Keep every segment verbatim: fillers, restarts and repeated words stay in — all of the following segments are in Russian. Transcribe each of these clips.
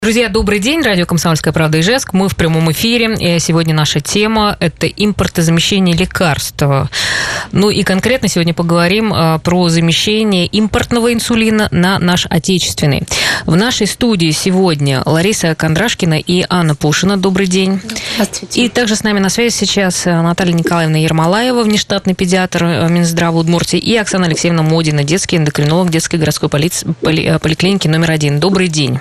Друзья, добрый день. Радио «Комсомольская правда» Ижевск. Мы в прямом эфире. И сегодня наша тема – это импортозамещение лекарств. Ну и конкретно сегодня поговорим про замещение импортного инсулина на наш отечественный. В нашей студии сегодня Лариса Кондрашкина и Анна Пушина. Добрый день. Здравствуйте. И также с нами на связи сейчас Наталья Николаевна Ермолаева, внештатный педиатр Минздрава Удмуртии, и Оксана Алексеевна Модина, детский эндокринолог детской городской поли... поли... поликлиники номер один. Добрый день.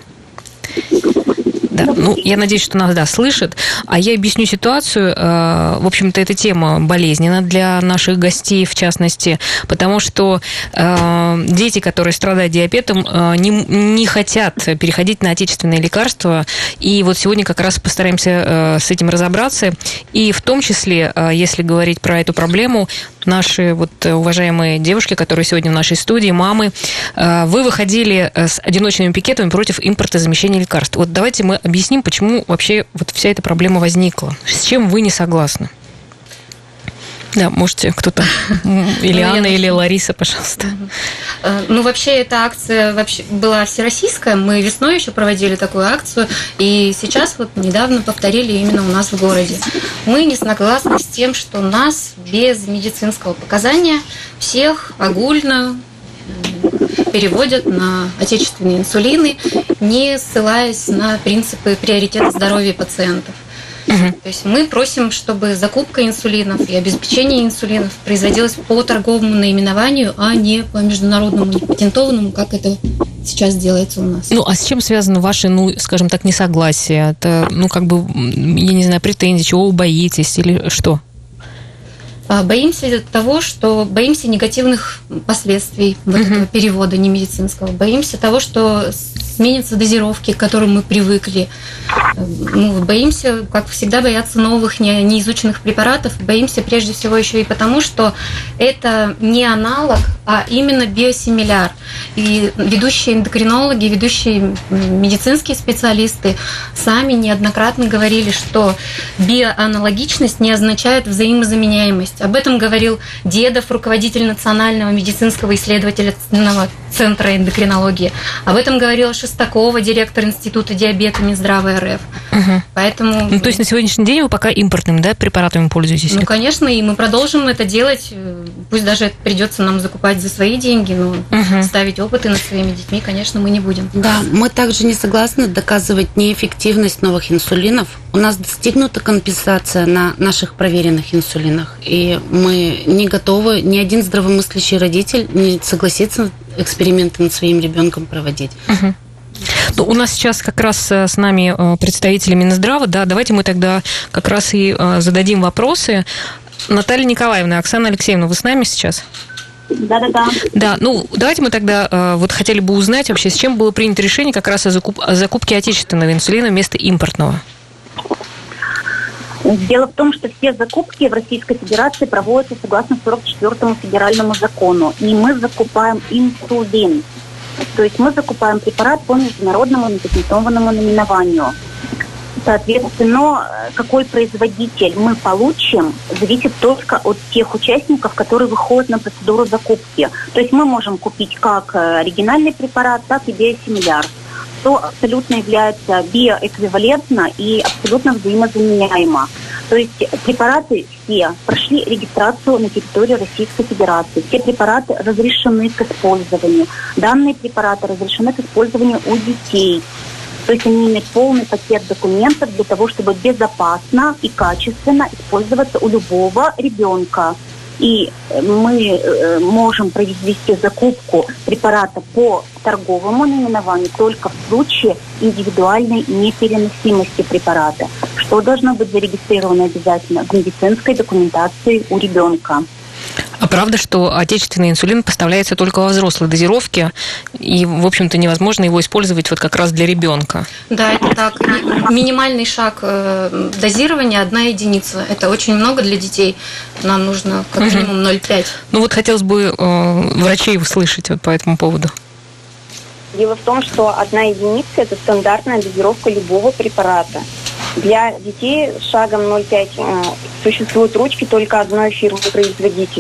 Да, ну, я надеюсь, что нас, да, слышат. А я объясню ситуацию. В общем-то, эта тема болезненна для наших гостей, в частности, потому что дети, которые страдают диабетом, не, не хотят переходить на отечественные лекарства. И вот сегодня как раз постараемся с этим разобраться. И в том числе, если говорить про эту проблему, наши вот уважаемые девушки, которые сегодня в нашей студии, мамы, вы выходили с одиночными пикетами против импортозамещения лекарств. Вот давайте мы объясним, почему вообще вот вся эта проблема возникла. С чем вы не согласны? Да, можете кто-то, или Анна, или Лариса, пожалуйста. Ну, вообще, эта акция вообще была всероссийская. Мы весной еще проводили такую акцию, и сейчас вот недавно повторили именно у нас в городе. Мы не согласны с тем, что нас без медицинского показания всех огульно переводят на отечественные инсулины, не ссылаясь на принципы приоритета здоровья пациентов. Угу. То есть мы просим, чтобы закупка инсулинов и обеспечение инсулинов производилось по торговому наименованию, а не по международному, патентованному, как это сейчас делается у нас. Ну, а с чем связано ваше, ну, скажем так, несогласие? Это, ну, как бы, я не знаю, претензии, чего вы боитесь или что? Боимся того, что боимся негативных последствий вот uh-huh. этого перевода немедицинского. Боимся того, что сменятся дозировки, к которым мы привыкли. Ну, боимся, как всегда, бояться новых неизученных препаратов. Боимся прежде всего еще и потому, что это не аналог, а именно биосимиляр. И ведущие эндокринологи, ведущие медицинские специалисты сами неоднократно говорили, что биоаналогичность не означает взаимозаменяемость. Об этом говорил Дедов, руководитель Национального медицинского исследовательного центра эндокринологии. Об этом говорила Шестакова, директор Института диабета Минздрава РФ. Угу. Поэтому... Ну, то есть на сегодняшний день вы пока импортными, да, препаратами пользуетесь? Ну, конечно, и мы продолжим это делать. Пусть даже придется нам закупать за свои деньги, но угу. ставить опыты над своими детьми, конечно, мы не будем. Да, мы также не согласны доказывать неэффективность новых инсулинов. У нас достигнута компенсация на наших проверенных инсулинах, и мы не готовы, ни один здравомыслящий родитель не согласится эксперименты над своим ребенком проводить. Угу. Ну, у нас сейчас как раз с нами представители Минздрава, да, давайте мы тогда как раз и зададим вопросы. Наталья Николаевна, Оксана Алексеевна, вы с нами сейчас? Да-да-да. Да, ну, давайте мы тогда вот хотели бы узнать вообще, с чем было принято решение как раз о, закуп... о закупке отечественного инсулина вместо импортного. Дело в том, что все закупки в Российской Федерации проводятся согласно сорок четвёртому федеральному закону, и мы закупаем инсулин. То есть мы закупаем препарат по международному непатентованному наименованию. Соответственно, какой производитель мы получим, зависит только от тех участников, которые выходят на процедуру закупки. То есть мы можем купить как оригинальный препарат, так и биосимиляр, что абсолютно является биоэквивалентно и абсолютно взаимозаменяемо. То есть препараты все прошли регистрацию на территории Российской Федерации. Все препараты разрешены к использованию. Данные препараты разрешены к использованию у детей. То есть они имеют полный пакет документов для того, чтобы безопасно и качественно использоваться у любого ребенка. И мы можем произвести закупку препарата по торговому наименованию только в случае индивидуальной непереносимости препарата, что должно быть зарегистрировано обязательно в медицинской документации у ребенка. А правда, что отечественный инсулин поставляется только во взрослой дозировке, и, в общем-то, невозможно его использовать вот как раз для ребенка? Да, это так. Минимальный шаг дозирования – одна единица. Это очень много для детей. Нам нужно как минимум ноль целых пять десятых. Ну вот хотелось бы э, врачей услышать вот по этому поводу. Дело в том, что одна единица – это стандартная дозировка любого препарата. Для детей с шагом ноль целых пять десятых существуют ручки только одной фирмы-производителя.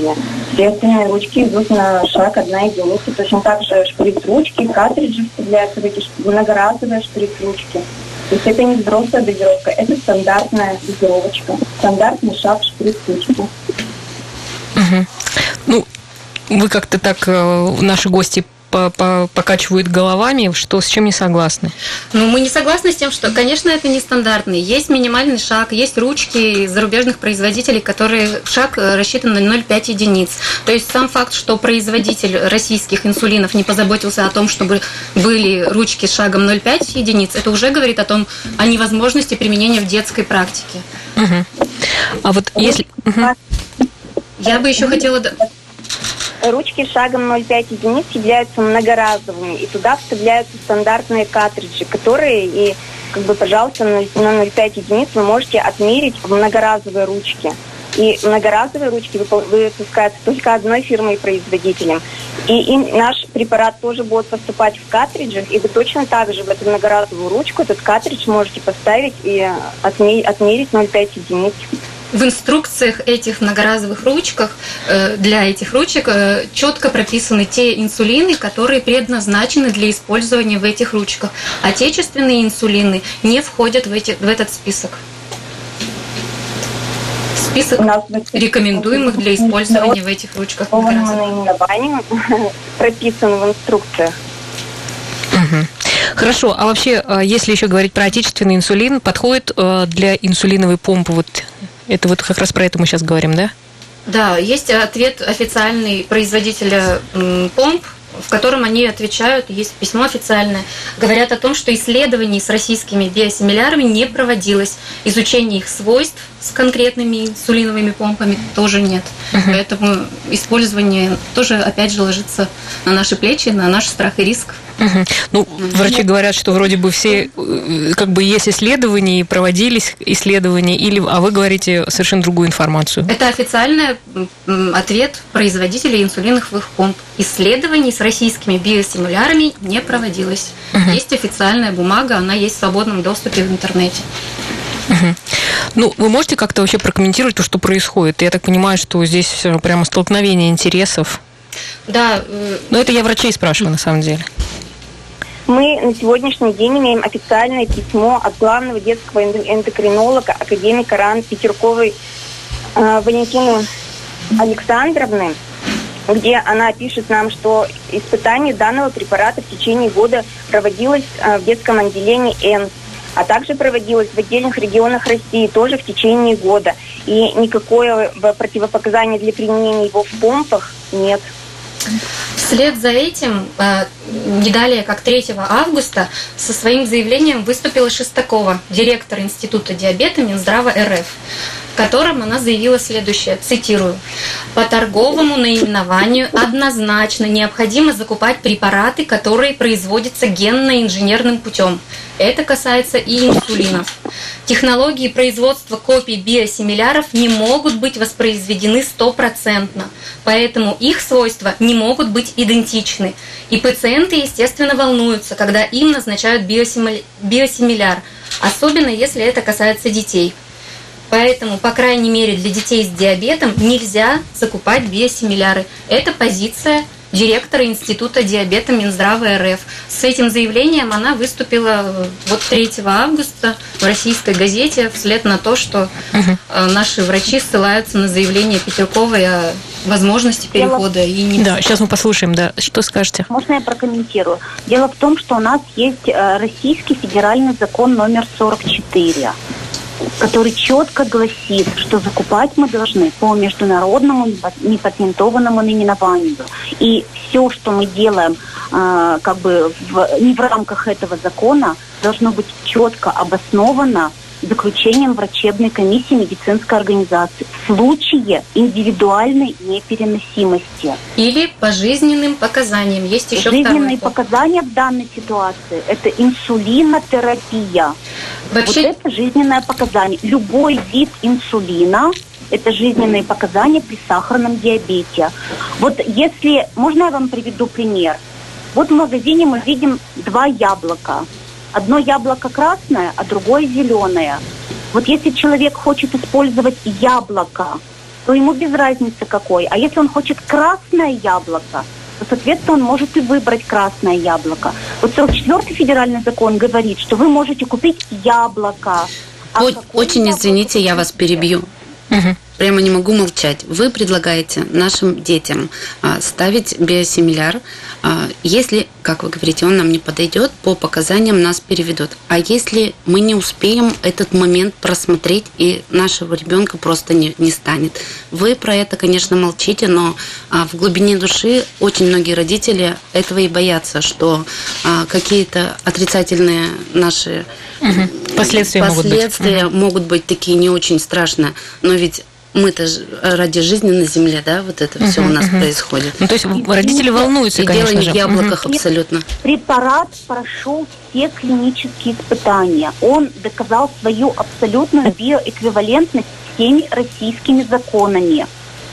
Соответственно, ручки идут на шаг одна единица. Точно так же шприц-ручки, картриджи вставляются в эти многоразовые шприц-ручки. То есть это не взрослая дозировка, это стандартная дозировочка. Стандартный шаг шприц-ручки. Угу. Ну, вы как-то так, наши гости покачивают головами, что с чем не согласны? Ну, мы не согласны с тем, что, конечно, это не стандартный. Есть минимальный шаг, есть ручки зарубежных производителей, которые шаг рассчитан на ноль целых пять десятых единиц. То есть сам факт, что производитель российских инсулинов не позаботился о том, чтобы были ручки с шагом ноль целых пять десятых единиц, это уже говорит о том, о невозможности применения в детской практике. Угу. А вот если... Угу. Я бы еще хотела... Ручки шагом ноль целых пять десятых единиц являются многоразовыми, и туда вставляются стандартные картриджи, которые, и, как бы, пожалуйста, на ноль целых пять десятых единиц вы можете отмерить в многоразовые ручки. И многоразовые ручки выпускаются только одной фирмой и производителем. И им наш препарат тоже будет поступать в картриджах, и вы точно так же в эту многоразовую ручку этот картридж можете поставить и отмерить ноль целых пять десятых единиц. В инструкциях этих многоразовых ручках, для этих ручек четко прописаны те инсулины, которые предназначены для использования в этих ручках. Отечественные инсулины не входят в, эти, в этот список. Список рекомендуемых для использования в этих ручках. Прописан в инструкциях. Угу. Хорошо, а вообще, если еще говорить про отечественный инсулин, подходит для инсулиновой помпы вот... Это вот как раз про это мы сейчас говорим, да? Да, есть ответ официальный производителя помп, в котором они отвечают, есть письмо официальное, говорят о том, что исследований с российскими биосимилярами не проводилось, изучение их свойств с конкретными инсулиновыми помпами тоже нет. Uh-huh. Поэтому использование тоже, опять же, ложится на наши плечи, на наш страх и риск. Uh-huh. Ну, врачи говорят, что вроде бы все, как бы есть исследования, проводились исследования, или, а вы говорите совершенно другую информацию. Это официальный ответ производителей инсулиновых помп. Исследований с российскими биосимилярами не проводилось. Uh-huh. Есть официальная бумага, она есть в свободном доступе в интернете. Угу. Ну, вы можете как-то вообще прокомментировать то, что происходит? Я так понимаю, что здесь прямо столкновение интересов. Да. Но это я врачей спрашиваю, на самом деле. Мы на сегодняшний день имеем официальное письмо от главного детского эндокринолога, академика РАН Петерковой э, Валентины Александровны, где она пишет нам, что испытание данного препарата в течение года проводилось э, в детском отделении Н, а также проводилось в отдельных регионах России тоже в течение года. И никакое противопоказания для применения его в помпах нет. Вслед за этим, не далее как третьего августа, со своим заявлением выступила Шестакова, директор Института диабета Минздрава РФ, в котором она заявила следующее, цитирую: «По торговому наименованию однозначно необходимо закупать препараты, которые производятся генно-инженерным путем. Это касается и инсулинов. Технологии производства копий биосимиляров не могут быть воспроизведены стопроцентно, поэтому их свойства не могут быть идентичны. И пациенты, естественно, волнуются, когда им назначают биосимиляр, особенно если это касается детей. Поэтому, по крайней мере, для детей с диабетом нельзя закупать биосимиляры. Это позиция директора Института диабета Минздрава РФ. С этим заявлением она выступила вот третьего августа в российской газете вслед на то, что угу. наши врачи ссылаются на заявление Петерковой о возможности перехода. И не... Да, сейчас мы послушаем, да. Что скажете? Можно я прокомментирую? Дело в том, что у нас есть российский федеральный закон номер сорок четыре, который четко гласит, что закупать мы должны по международному непатентованному наименованию. И все, что мы делаем э, как бы в, не в рамках этого закона, должно быть четко обосновано заключением врачебной комиссии медицинской организации в случае индивидуальной непереносимости. Или по жизненным показаниям. Есть еще жизненные показания в данной ситуации – это инсулинотерапия. Вообще... Вот это жизненное показание. Любой вид инсулина – это жизненные показания при сахарном диабете. Вот если… Можно я вам приведу пример? Вот в магазине мы видим два яблока. Одно яблоко красное, а другое зеленое. Вот если человек хочет использовать яблоко то ему без разницы какой. А если он хочет красное яблоко, то, соответственно, он может и выбрать красное яблоко. Вот сорок четвёртый федеральный закон говорит, что вы можете купить яблоко. А О- очень яблоко извините, я вас перебью. Угу. Прямо не могу молчать. Вы предлагаете нашим детям а, ставить биосимиляр. А, если, как вы говорите, он нам не подойдет, по показаниям нас переведут. А если мы не успеем этот момент просмотреть, и нашего ребенка просто не, не станет? Вы про это, конечно, молчите, но а, в глубине души очень многие родители этого и боятся, что а, какие-то отрицательные наши Угу. Последствия, последствия могут быть. могут быть такие не очень страшные. Но ведь мы-то ради жизни на земле, да, вот это все uh-huh, у нас uh-huh. происходит. Ну, то есть родители волнуются, и конечно дело не же. в яблоках uh-huh. абсолютно. Препарат прошел все клинические испытания. Он доказал свою абсолютную биоэквивалентность всеми российскими законами.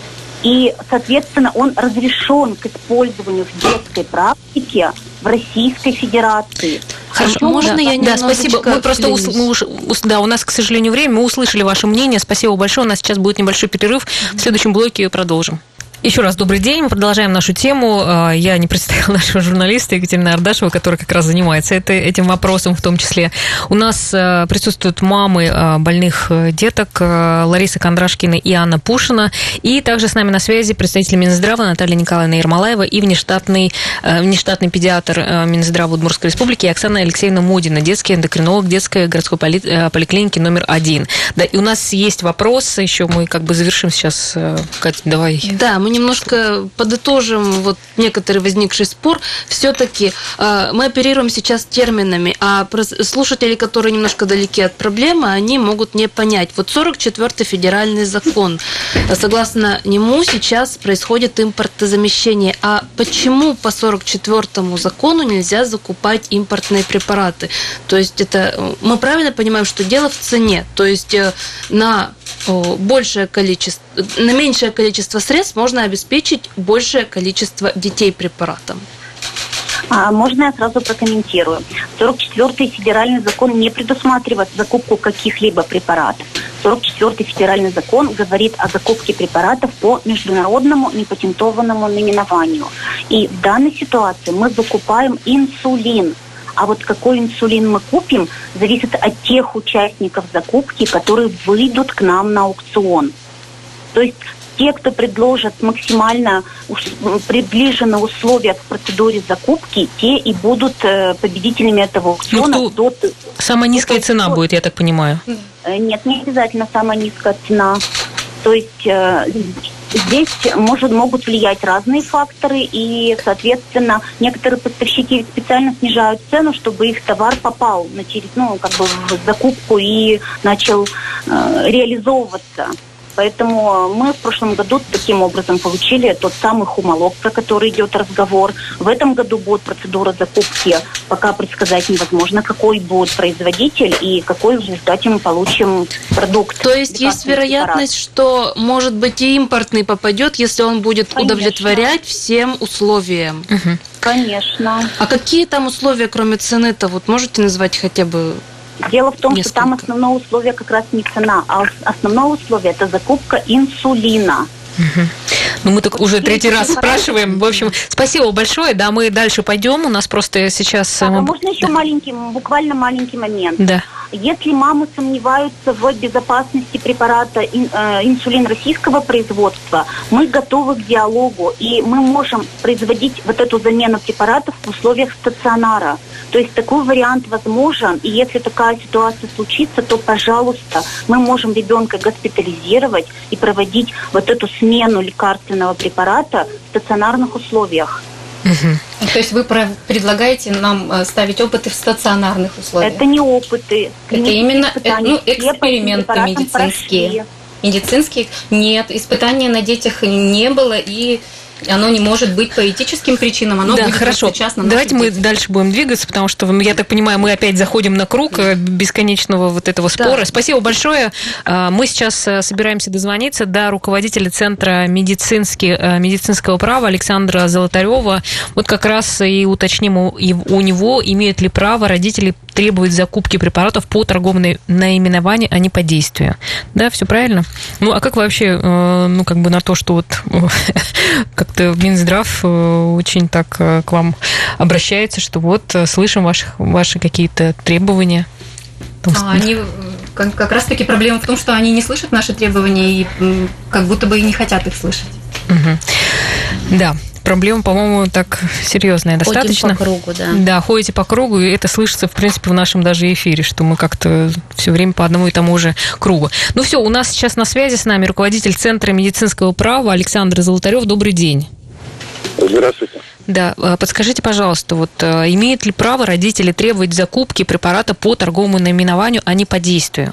И, соответственно, он разрешен к использованию в детской практике в Российской Федерации. Хорошо, Причем, можно да, я Да, спасибо. Мы просто ус, мы уж, ус, да, у нас, к сожалению, время. Мы услышали ваше мнение. Спасибо большое. У нас сейчас будет небольшой перерыв. В следующем блоке продолжим. Еще раз добрый день. Мы продолжаем нашу тему. Я не представила нашего журналиста Екатерина Ардашева, которая как раз занимается это, этим вопросом в том числе. У нас присутствуют мамы больных деток Лариса Кондрашкина и Анна Пушина. И также с нами на связи представитель Минздрава Наталья Николаевна Ермолаева и внештатный, внештатный педиатр Минздрава Удмуртской Республики Оксана Алексеевна Модина, детский эндокринолог детской городской поли- поликлиники номер один. Да, и у нас есть вопрос. Еще мы как бы завершим сейчас. Катя, давай. Да, мы немножко подытожим вот некоторый возникший спор. Все-таки э, мы оперируем сейчас терминами, а слушатели, которые немножко далеки от проблемы, они могут не понять. Вот сорок четвёртый федеральный закон, согласно нему сейчас происходит импортозамещение. А почему по сорок четвёртому закону нельзя закупать импортные препараты? То есть это мы правильно понимаем, что дело в цене. То есть э, на большее количество, на меньшее количество средств можно обеспечить большее количество детей препаратом. А можно я сразу прокомментирую? сорок четвёртый федеральный закон не предусматривает закупку каких-либо препаратов. сорок четвёртый федеральный закон говорит о закупке препаратов по международному непатентованному наименованию. И в данной ситуации мы закупаем инсулин. А вот какой инсулин мы купим, зависит от тех участников закупки, которые выйдут к нам на аукцион. То есть те, кто предложат максимально приближенные условия к процедуре закупки, те и будут победителями этого аукциона. Ну, кто... до... Самая низкая цена кто... будет, я так понимаю. Нет, не обязательно самая низкая цена. То есть здесь может, могут влиять разные факторы, и, соответственно, некоторые поставщики специально снижают цену, чтобы их товар попал на, ну, как бы в закупку и начал э, реализовываться. Поэтому мы в прошлом году таким образом получили тот самый хумолог, про который идет разговор. В этом году будет процедура закупки. Пока предсказать невозможно, какой будет производитель и какой в результате мы получим продукт. То есть есть вероятность, что, может быть, и импортный попадет, если он будет Конечно. удовлетворять всем условиям? Угу. Конечно. А какие там условия, кроме цены-то? Вот можете назвать хотя бы... Дело в том, Несколько. что там основное условие как раз не цена, а основное условие – это закупка инсулина. Угу. Ну, мы так уже третий раз спрашиваем. В общем, спасибо большое. Да, мы дальше пойдем. У нас просто сейчас... Да, можно еще да. маленький, буквально маленький момент. Да. Если мамы сомневаются в безопасности препарата инсулин российского производства, мы готовы к диалогу, и мы можем производить вот эту замену препаратов в условиях стационара. То есть такой вариант возможен, и если такая ситуация случится, то, пожалуйста, мы можем ребенка госпитализировать и проводить вот эту смену лекарственного препарата в стационарных условиях. Угу. То есть вы предлагаете нам ставить опыты в стационарных условиях? Это не опыты. Это именно ну, эксперименты медицинские. Прошли. Медицинские? Нет, испытания на детях не было, и оно не может быть по этическим причинам, оно да, будет хорошо. частно. Давайте мы дальше будем двигаться, потому что, я так понимаю, мы опять заходим на круг бесконечного вот этого спора. Да. Спасибо большое. Мы сейчас собираемся дозвониться до руководителя Центра медицинского права Александра Золотарева. Вот как раз и уточним у него, имеют ли право родители требовать закупки препаратов по торговому наименованию, а не по действию. Да, все правильно? Ну, а как вообще, ну, как бы на то, что вот как-то Минздрав очень так к вам обращается, что вот слышим ваши, ваши какие-то требования? А, они, как, как раз-таки проблема в том, что они не слышат наши требования и как будто бы и не хотят их слышать. Угу. Да. Проблема, по-моему, так серьезная достаточно. Ходим по кругу, да. Да, ходите по кругу, и это слышится, в принципе, в нашем даже эфире, что мы как-то все время по одному и тому же кругу. Ну все, у нас сейчас на связи с нами руководитель Центра медицинского права Александр Золотарев. Добрый день. Здравствуйте. Да, подскажите, пожалуйста, вот имеют ли право родители требовать закупки препарата по торговому наименованию, а не по действию?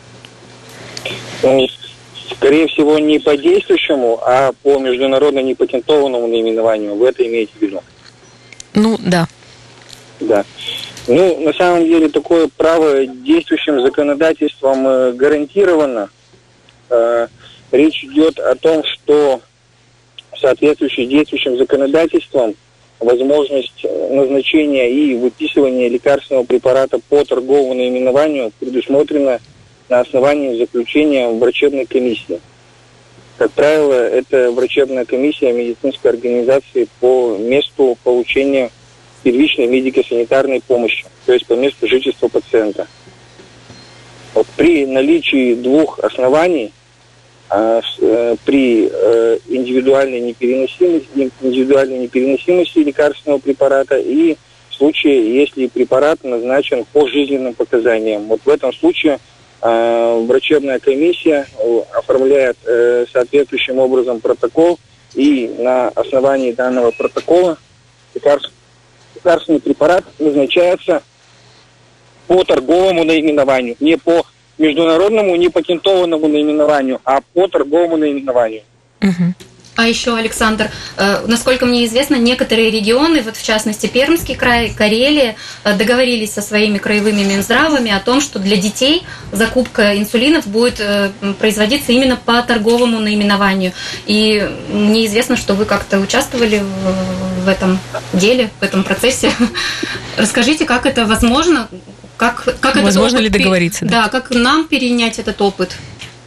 Ну, скорее всего, не по действующему, а по международно непатентованному наименованию. Вы это имеете в виду? Ну, да. Да. Ну, на самом деле, такое право действующим законодательством гарантировано. Речь идет о том, что соответствующим действующим законодательством возможность назначения и выписывания лекарственного препарата по торговому наименованию предусмотрена на основании заключения врачебной комиссии. Как правило, это врачебная комиссия медицинской организации по месту получения первичной медико-санитарной помощи, то есть по месту жительства пациента. Вот при наличии двух оснований, а, э, при э, индивидуальной непереносимости, индивидуальной непереносимости лекарственного препарата и в случае, если препарат назначен по жизненным показаниям. Вот в этом случае врачебная комиссия оформляет э, соответствующим образом протокол, и на основании данного протокола лекарств, лекарственный препарат назначается по торговому наименованию, не по международному, не патентованному наименованию, а по торговому наименованию. Угу. А еще, Александр, э, насколько мне известно, некоторые регионы, вот в частности Пермский край, Карелия, э, договорились со своими краевыми Минздравами о том, что для детей закупка инсулинов будет э, производиться именно по торговому наименованию. И мне известно, что вы как-то участвовали в, в этом деле, в этом процессе. Расскажите, как это возможно? Как, как возможно этот ли договориться? Да, да, как нам перенять этот опыт?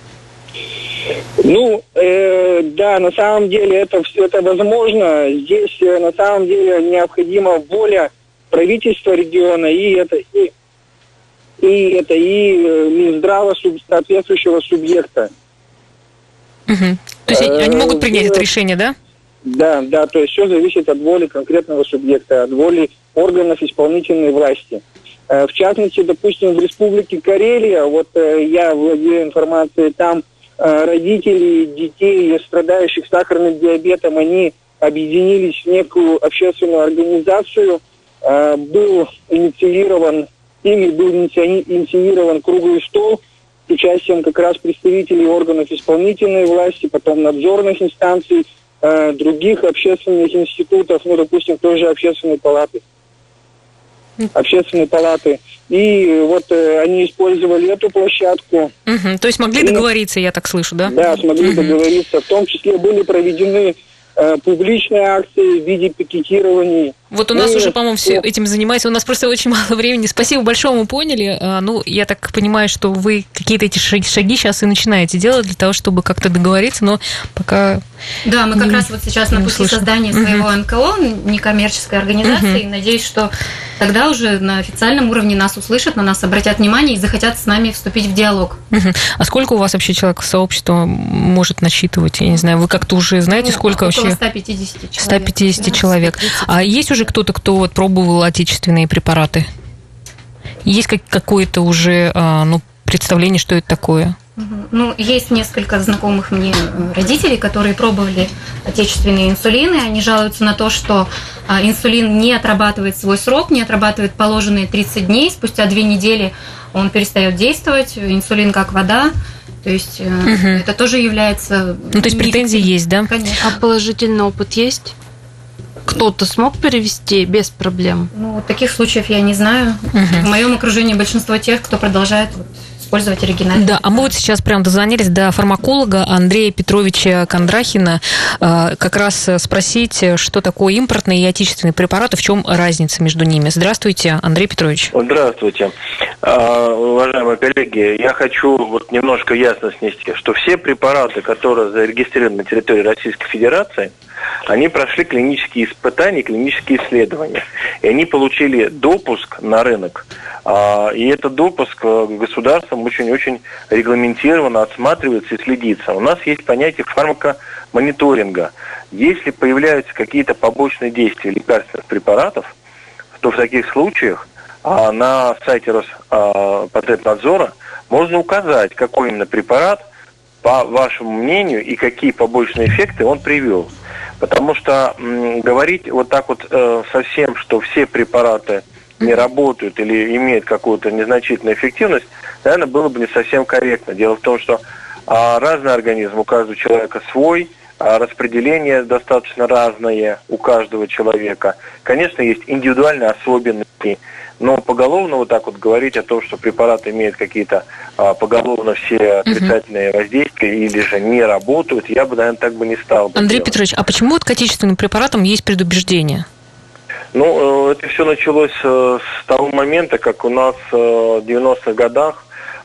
Ну, э, да, на самом деле это все это возможно. Здесь э, на самом деле необходима воля правительства региона и это и, и это и Минздрава соответствующего субъекта. Угу. То есть э, они могут принять э, это решение, да? Да, да, то есть все зависит от воли конкретного субъекта, от воли органов исполнительной власти. Э, в частности, допустим, в Республике Карелия, вот э, я владею информацией, там родители детей, страдающих сахарным диабетом, они объединились в некую общественную организацию. Был инициирован, ими был инициирован круглый стол с участием как раз представителей органов исполнительной власти, потом надзорных инстанций, других общественных институтов, ну, допустим, той же общественной палаты. общественной палаты. И вот э, они использовали эту площадку. Угу. То есть могли и, договориться, я так слышу, да? Да, смогли угу. договориться. В том числе были проведены э, публичные акции в виде пикетирований. Вот у нас и, уже, по-моему, все вот. этим занимается. У нас просто очень мало времени. Спасибо большое, мы поняли. Ну, я так понимаю, что вы какие-то эти шаги, шаги сейчас и начинаете делать для того, чтобы как-то договориться, но пока... Да, мы как не, раз вот сейчас на пути слышно. создания своего uh-huh. эн ка о, некоммерческой организации. Uh-huh. Надеюсь, что тогда уже на официальном уровне нас услышат, на нас обратят внимание и захотят с нами вступить в диалог. Uh-huh. А сколько у вас вообще человек сообщества может насчитывать? Я не знаю, вы как-то уже знаете, ну, сколько около вообще? сто пятьдесят человек. сто пятьдесят человек. А есть уже кто-то, кто вот пробовал отечественные препараты? Есть как- какое-то уже ну, представление, что это такое? Ну, есть несколько знакомых мне родителей, которые пробовали отечественные инсулины. Они жалуются на то, что инсулин не отрабатывает свой срок, не отрабатывает положенные тридцать дней. Спустя две недели он перестает действовать. Инсулин как вода. То есть угу. это тоже является... Ну, то есть претензии есть, да? Конечно. А положительный опыт есть? Кто-то смог перевести без проблем? Ну, таких случаев я не знаю. Угу. В моем окружении большинство тех, кто продолжает вот использовать оригинальные. Да, а мы вот сейчас прям дозвонились до фармаколога Андрея Петровича Кондрахина, как раз спросить, что такое импортные и отечественные препараты, в чем разница между ними. Здравствуйте, Андрей Петрович. Здравствуйте. Уважаемые коллеги, я хочу вот немножко ясность внести, что все препараты, которые зарегистрированы на территории Российской Федерации, они прошли клинические испытания, клинические исследования. И они получили допуск на рынок. И этот допуск государством очень-очень регламентированно отсматривается и следится. У нас есть понятие фармакомониторинга. Если появляются какие-то побочные действия лекарственных препаратов, то в таких случаях на сайте Роспотребнадзора можно указать, какой именно препарат, по вашему мнению, и какие побочные эффекты он привел. Потому что м, говорить вот так вот э, совсем, что все препараты не работают или имеют какую-то незначительную эффективность, наверное, было бы не совсем корректно. Дело в том, что а, разный организм, у каждого человека свой, а распределение достаточно разное у каждого человека. Конечно, есть индивидуальные особенности, но поголовно вот так вот говорить о том, что препараты имеют какие-то а, поголовно все отрицательные воздействия или же не работают, я бы, наверное, так бы не стал бы Андрей делать. Петрович, а почему вот к отечественным препаратам есть предубеждение? Ну, это все началось с того момента, как у нас в девяностых годах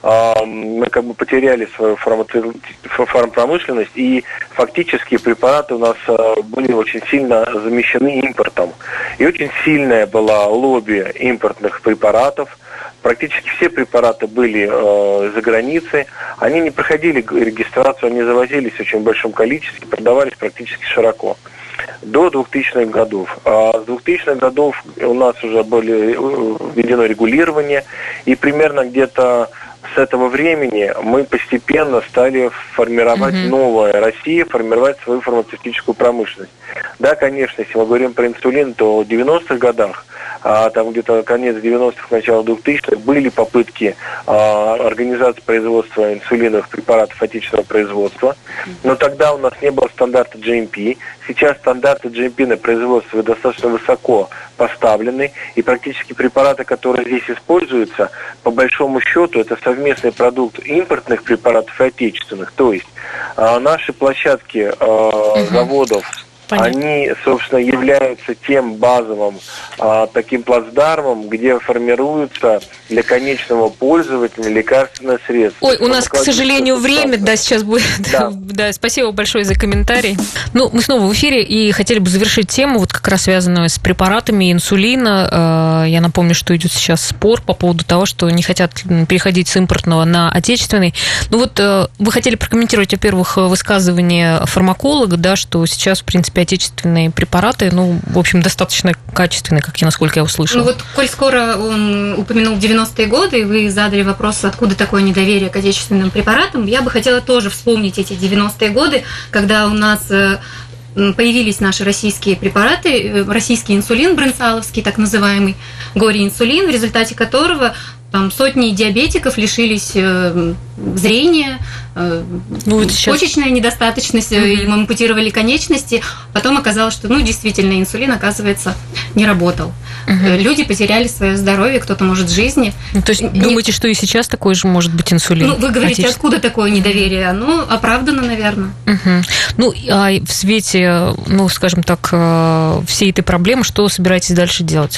мы как бы потеряли свою фармпромышленность, и фактически препараты у нас были очень сильно замещены импортом. И очень сильная была лобби импортных препаратов. Практически все препараты были э, за границей. Они не проходили регистрацию, они завозились в очень большом количестве, продавались практически широко. До двухтысячных годов. А с двухтысячных годов у нас уже были введено регулирование, и примерно где-то с этого времени мы постепенно стали формировать mm-hmm. новая Россия, формировать свою фармацевтическую промышленность. Да, конечно, если мы говорим про инсулин, то в девяностых годах, а там где-то конец девяностых, начало двухтысячных, были попытки а, организации производства инсулиновых препаратов отечественного производства, но тогда у нас не было стандарта джи эм пи. Сейчас стандарты джи эм пи на производстве достаточно высоко поставлены, и практически препараты, которые здесь используются, по большому счету, это совместный продукт импортных препаратов и отечественных. То есть а, наши площадки а, угу. заводов, Понятно. Они, собственно, являются тем базовым а, таким плацдармом, где формируются для конечного пользователя лекарственное средство. Ой, у нас, к сожалению, время, да, сейчас будет. Да. Да, спасибо большое за комментарий. Ну, мы снова в эфире и хотели бы завершить тему, вот как раз связанную с препаратами инсулина. Я напомню, что идет сейчас спор по поводу того, что не хотят переходить с импортного на отечественный. Ну вот вы хотели прокомментировать, во-первых, высказывание фармаколога, да, что сейчас, в принципе, отечественные препараты, ну, в общем, достаточно качественные, как я, насколько я услышала. Ну вот, коль скоро он упомянул девяностые годы, и вы задали вопрос, откуда такое недоверие к отечественным препаратам, я бы хотела тоже вспомнить эти девяностые годы, когда у нас появились наши российские препараты, российский инсулин бренцаловский, так называемый горе-инсулин, в результате которого там сотни диабетиков лишились э, зрения, э, ну, вот сейчас... почечная недостаточность, mm-hmm. им ампутировали конечности. Потом оказалось, что ну, действительно инсулин, оказывается, не работал. Mm-hmm. Люди потеряли свое здоровье, кто-то, может, жизни. Ну, то есть не... думаете, что и сейчас такой же может быть инсулин? Ну, вы говорите, откуда такое недоверие? Оно оправдано, наверное. Mm-hmm. Ну, а в свете, ну, скажем так, всей этой проблемы, что собираетесь дальше делать?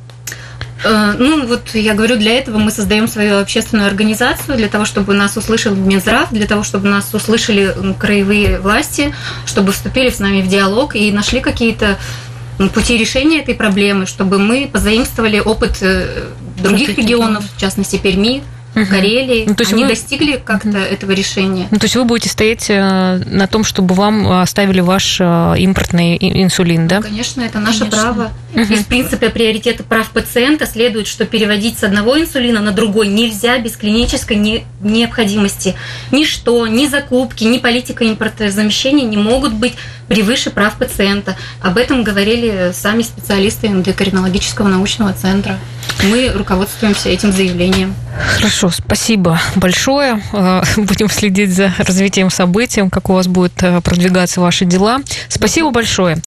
Ну, вот я говорю, для этого мы создаем свою общественную организацию, для того, чтобы нас услышал Минздрав, для того, чтобы нас услышали краевые власти, чтобы вступили с нами в диалог и нашли какие-то пути решения этой проблемы, чтобы мы позаимствовали опыт других регионов, в частности, Перми, угу. Карелии. Ну, то есть они вы... достигли как-то угу. этого решения. Ну, то есть вы будете стоять на том, чтобы вам оставили ваш импортный инсулин, да? Ну, конечно, это наше конечно. право. Угу. Из принципа приоритета прав пациента следует, что переводить с одного инсулина на другой нельзя без клинической не... необходимости. Ничто, ни закупки, ни политика импортозамещения не могут быть превыше прав пациента. Об этом говорили сами специалисты эндокринологического научного центра. Мы руководствуемся этим заявлением. Хорошо, спасибо большое. Будем следить за развитием событий, как у вас будут продвигаться ваши дела. Спасибо большое.